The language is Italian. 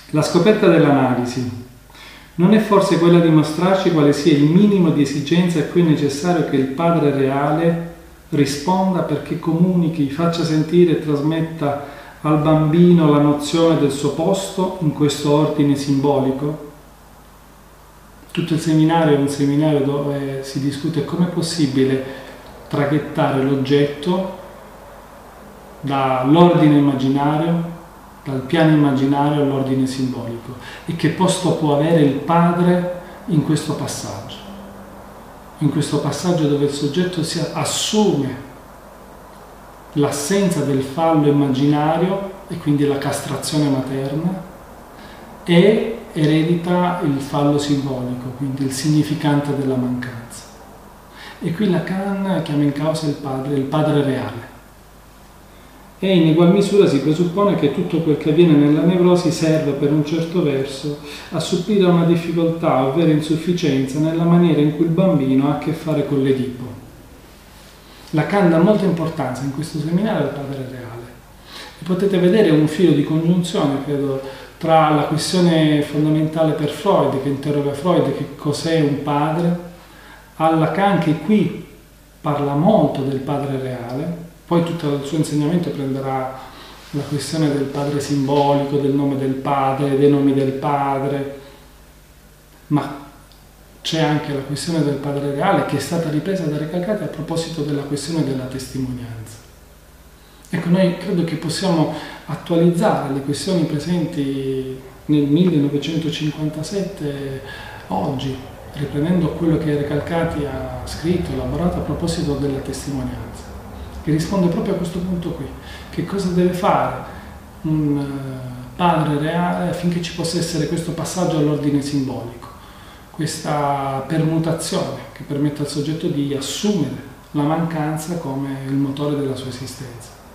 La scoperta dell'analisi non è forse quella di mostrarci quale sia il minimo di esigenza a cui è necessario che il Padre reale risponda perché comunichi, faccia sentire e trasmetta al bambino la nozione del suo posto in questo ordine simbolico? Tutto il seminario è un seminario dove si discute come è possibile traghettare l'oggetto dall'ordine immaginario, dal piano immaginario all'ordine simbolico, e che posto può avere il padre in questo passaggio dove il soggetto si assume l'assenza del fallo immaginario e quindi la castrazione materna e eredita il fallo simbolico, quindi il significante della mancanza. E qui Lacan chiama in causa il padre reale. E in egual misura si presuppone che tutto quel che avviene nella nevrosi serve per un certo verso a supplire a una difficoltà, ovvero insufficienza, nella maniera in cui il bambino ha a che fare con l'Edipo. Lacan dà molta importanza in questo seminario al padre reale. E potete vedere un filo di congiunzione, credo, tra la questione fondamentale per Freud, che interroga Freud, che cos'è un padre, a Lacan che qui parla molto del padre reale. Poi tutto il suo insegnamento prenderà la questione del padre simbolico, del nome del padre, dei nomi del padre, ma c'è anche la questione del padre reale che è stata ripresa da Recalcati a proposito della questione della testimonianza. Ecco, noi credo che possiamo attualizzare le questioni presenti nel 1957 oggi, riprendendo quello che Recalcati ha scritto, elaborato a proposito della testimonianza, che risponde proprio a questo punto qui. Che cosa deve fare un padre reale affinché ci possa essere questo passaggio all'ordine simbolico, questa permutazione che permette al soggetto di assumere la mancanza come il motore della sua esistenza.